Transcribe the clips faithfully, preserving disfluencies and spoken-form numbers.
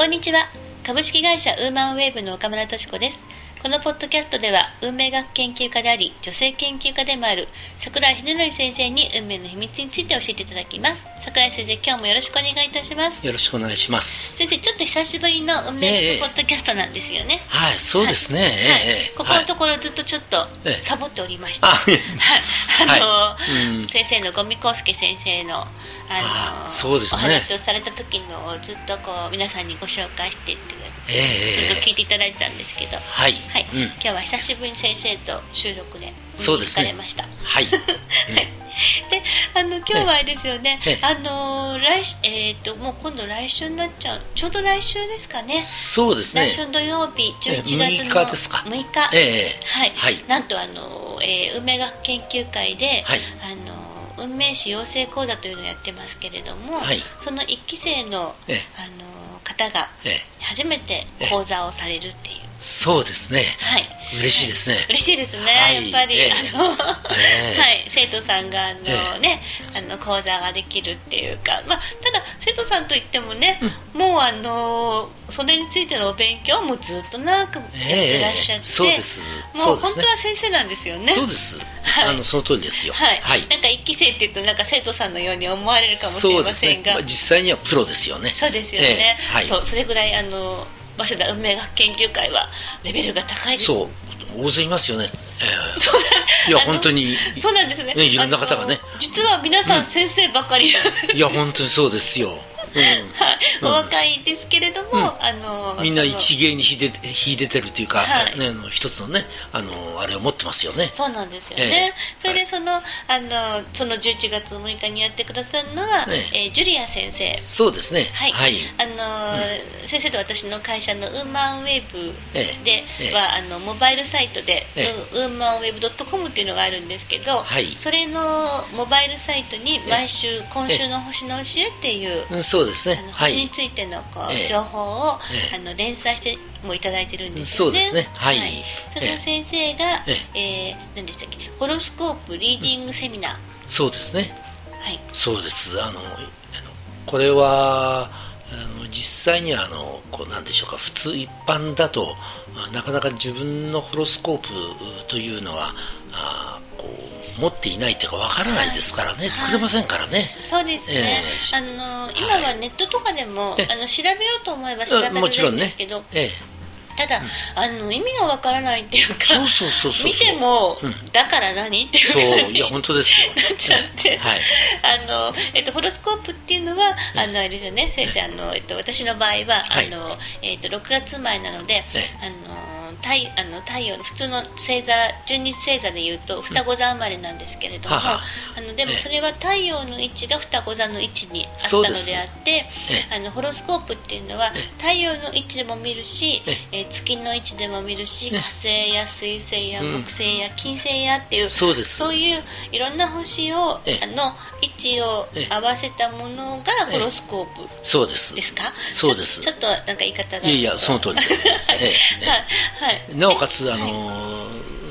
こんにちは。株式会社ウーマンウェーブの岡村敏子です。このポッドキャストでは運命学研究家であり女性研究家でもある櫻井秀則先生に運命の秘密について教えていただきます。櫻井先生、今日もよろしくお願いいたします。 よろしくお願いします。 先生、ちょっと久しぶりの運命学ポッドキャストなんですよね。 えー、はい、そうですね、はいはい、ここのところずっとちょっとサボっておりました、 えー、 あの、 はいうん、 先生の五味康介先生のあのあそうですね、 お話をされた時のをずっとこう皆さんにご紹介してって、 えー、 ずっと聞いていただいてたんですけど、 はい、 はいうん、 今日は久しぶりに先生と収録でそうですね、 行かれました。 はい、うん、 であの今日はあれですよね、 ええあの来えー、ともう今度来週になっちゃう、ちょうど来週ですかね。 そうですね、 来週土曜日じゅういちがつのむいかですか。 むいか、 ええはいはい、 なんとあの、えー、運命学研究会で、 はい、 あの運命史養成講座というのをやってますけれども、 はい、 そのいっき生の、 ええあの方がええ初めて講座をされるっていう、 そうですね、 はい、 嬉しいですね、 はい、嬉しいですね、 はい、 やっぱり、 ええあの、 ええはい、生徒さんがあの、 ええね、あの講座ができるっていうか、まあ、ただ生徒さんといってもね、うん、もうあのそれについてのお勉強もずっと長くやってらっしゃって、ええ、 そうです、 もう本当は先生なんですよね。 そうです、はい、あのその通りですよ、 はいはい、 なんか一期生っていうとなんか生徒さんのように思われるかもしれませんが、 そうですね、まあ、実際にはプロですよね。 そうですよね、 ええ、はい、 そうそれぐらいあの早稲田運命学研究会はレベルが高いです。 そう大勢いますよね、えー、 そういや本当にそうなんですね、 ね、いろんな方がね、 実は皆さん先生ばかり、 うん、いや本当にそうですよ、うん、 はい、お若いですけれども、うん、あのみんな一芸に秀で秀でてるというか、 はい、 ね、あの一つのね、あのあれを持ってますよね。 そうなんですよね、えー、それでその、はい、あのそのじゅういちがつむいかにやってくださるのは、ええー、ジュリア先生。 そうですね、 はい、 はい、 あの、うん、先生と私の会社のウーマンウェーブで、 えー、 はあのモバイルサイトで、 えー、 ウーマンウェーブドットコムっていうのがあるんですけど、 はい、 それのモバイルサイトに毎週、今週の星の教えっていう、 うん、そうですね、 あの星についてのこう、 はい、 情報を、 えー、 あの連載してもいただいてるんですよね。 そうですね、はい、はい、 その先生が、 ええー、何でしたっけ、ホロスコープリーディングセミナー、うん、 そうですね、 はい、 そうです。あのこれはあの実際にはあのこうなんでしょうか、普通一般だとなかなか自分のホロスコープというのはあこう持っていないというかわからないですからね、はい、作れませんからね、はい、 そうですね、えー、あの今はネットとかでも、はい、あの調べようと思えば調べられるんですけど、 もちろんね、えーただ、うん、あの意味がわからないっていうか、 そうそうそうそう、 見ても、うん、だから何っていう感じになっちゃって、はい、あのえっと、ホロスコープっていうのは、うん、あのあれですよね、先生、あの、えっと、私の場合は、はい、あのえっと、ろくがつ生まれなので、あの太, あの太陽の普通の星座、十二星座でいうと双子座生まれなんですけれども、うん、あのでもそれは太陽の位置が双子座の位置にあったのであって、あのホロスコープっていうのは太陽の位置でも見るし、え月の位置でも見るし、火星や水星や木星や金星やっていう、うん、そうです、そういういろんな星をあの位置を合わせたものがホロスコープそうですですか？ そうです。 ちょっとなんか言い方が、 いやいやその通りです、はいええはい、 なおかつあの、はい、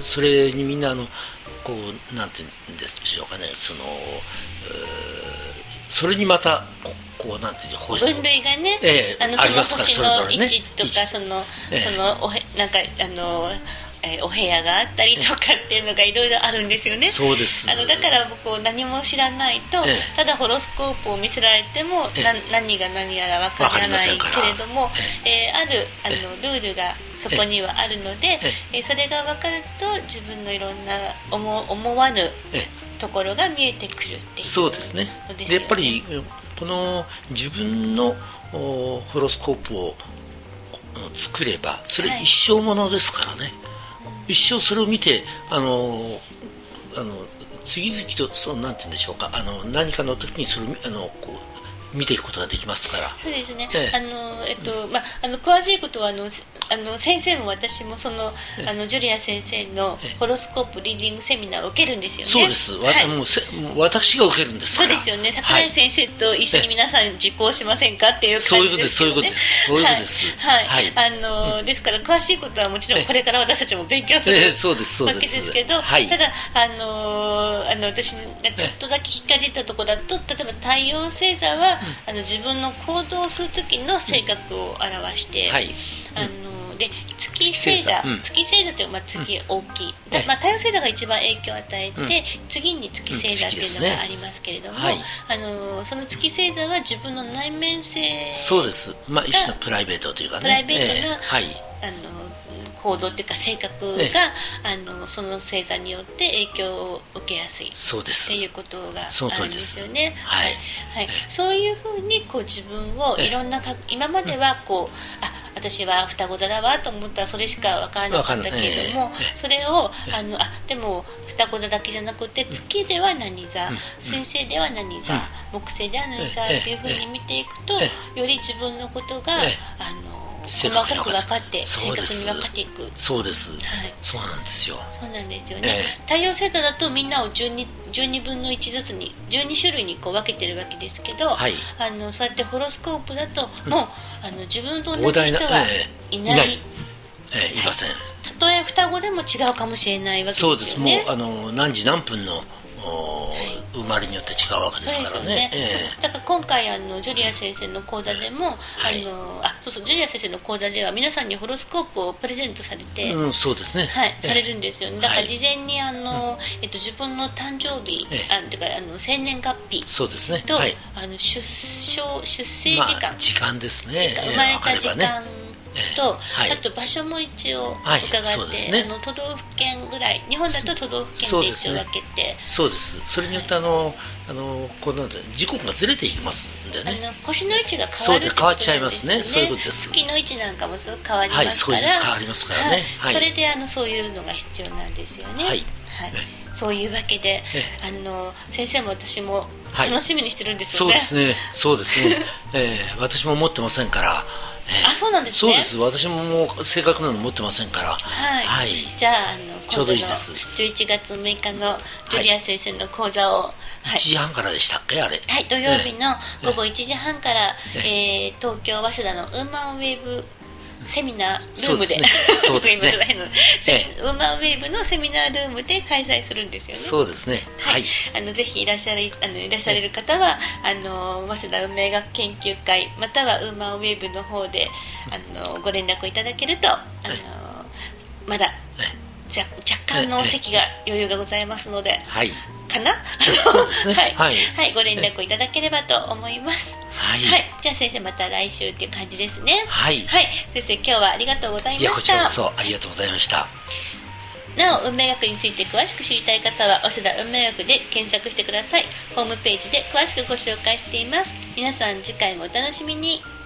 それにみんなあのこうなんていうんでしょうかね、そのそれにまたここうなんていうの分類がね、 ええ、 あのその星の位置とか、 ね、 その、 ええ、 そのおへなんかあのえー、お部屋があったりとかっていうのがいろいろあるんですよね。 そうです。 あのだから僕何も知らないと、ええ、ただホロスコープを見せられても、ええ、な何が何やら分からないけれども、ええー、あるあのルールがそこにはあるので、ええ、それが分かると自分のいろんな 思, 思わぬところが見えてくるっていう。 そうですね。でやっぱりこの自分のホロスコープを作ればそれ一生ものですからね、はい、一生それを見てあのあの次々とそのなんて言うんでしょうか、あの何かの時にそれをあのこう見ていくことができますから。 そうですね、 ええ、 あのえっとまあ、あの詳しいことはあのあの先生も私もその、ええ、あのジュリア先生のホロスコープリーディングセミナーを受けるんですよね。 そうです、はい、もうせ私が受けるんですから。 そうですよね、櫻井先生と一緒に皆さん実行しませんかっていう感じですよね。 そういうことです、 はいはいはい、あの、うん、ですから詳しいことはもちろんこれから私たちも勉強する、ええ、そうですそうですわけですけど、はい、ただあのあの私がちょっとだけ引っかじったところだと、例えば太陽星座は、うん、あの自分の行動をする時の性格格を表して、 はい、 あので月星座、うん、月星座というまあ月大きい、うん、まあ、太陽星座が一番影響を与えて、うん、次に月星座っていうのがありますけれども、うん、ね、はい、あのその月星座は自分の内面性、 そうです、まあ、一種のプライベートというかね、 プライベートな、 えーはい、 あの行動っていうか性格が、ええ、あのその星座によって影響を受けやすいっていうことがあるんですよね。 はい、 はい、そういうふうにこう自分をいろんなか、今まではこう、あ、私は双子座だわと思ったらそれしか分からなかったけれども、それをあのあでも双子座だけじゃなくて月では何座、水星では何座、木星では何座っていうふうに見ていくと、より自分のことがあの細かく分かって正確に分かっていく。 そうです、はい、そうなんですよ。 そうなんですよね、えー、太陽星座だとみんなをじゅうに、じゅうにぶんのいちずつにじゅうに種類にこう分けてるわけですけど、はい、あのそうやってホロスコープだともう、うん、あの自分と同じ人はいない、えー、いない、 えー、いません。 たとえ双子でも違うかもしれないわけですよね。 そうです、もうあの何時何分の生まれによって違うわけですからね。 そうですよね、えー、だから今回あのジュリア先生の講座でも、はい、あのあそうそうジュリア先生の講座では皆さんにホロスコープをプレゼントされて、 うん、そうですね、 はい、されるんですよね。だから事前にあの、えっと、自分の誕生日、えー、あてかあの生年月日と、 そうですね、 はい、あの出生出生時間、 まあ、時間ですね、 生まれた時間と、 はい、 あと場所も一応伺って、はいね、あの都道府県ぐらい、日本だと都道府県で一応分けて、 そうです、それによってあの、はい、あのこうなんて時刻がずれていきますんでね、 あの星の位置が変わるってことなんですよね。 そうで変わっちゃいますね。そういうことです。 月の位置なんかもすごく変わりますから、はい、 そうです、変わりますからね、 はい、それであのそういうのが必要なんですよね。はい、はい、そういうわけで、あの先生も私も楽しみにしてるんですよね。 はい、そうですね、そうですね、えー、私も持ってませんから。 えー、あ、そうなんですね。 そうです、私ももう正確なの持ってませんから、 はい、はい、じゃあ、あのちょうどいいです。 じゅういちがつむいかのジュリア先生の講座を、はい、いちじはんからでしたっけ、あれ。 はい、土曜日の午後いちじはんから、えーえー、東京早稲田のウーマンウェーブセミナールームで、 そうですね、 ウーマンウェーブのセミナールームで開催するんですよね。 そうですね、 はい、あのぜひいらっしゃるあのいらっしゃれる方は、あの早稲田運命学研究会またはウーマンウェーブの方であのご連絡いただけると、あのまだ若干の席が余裕がございますので、 はい、 かなそうですね、 はいはいはい、ご連絡いただければと思います。 はい、 はい、じゃあ先生また来週っていう感じですね。 はい、 はい、先生今日はありがとうございました。いや、 こちらこそありがとうございました。 なお運命学について詳しく知りたい方は早稲田運命学で検索してください。ホームページで詳しくご紹介しています。皆さん次回もお楽しみに。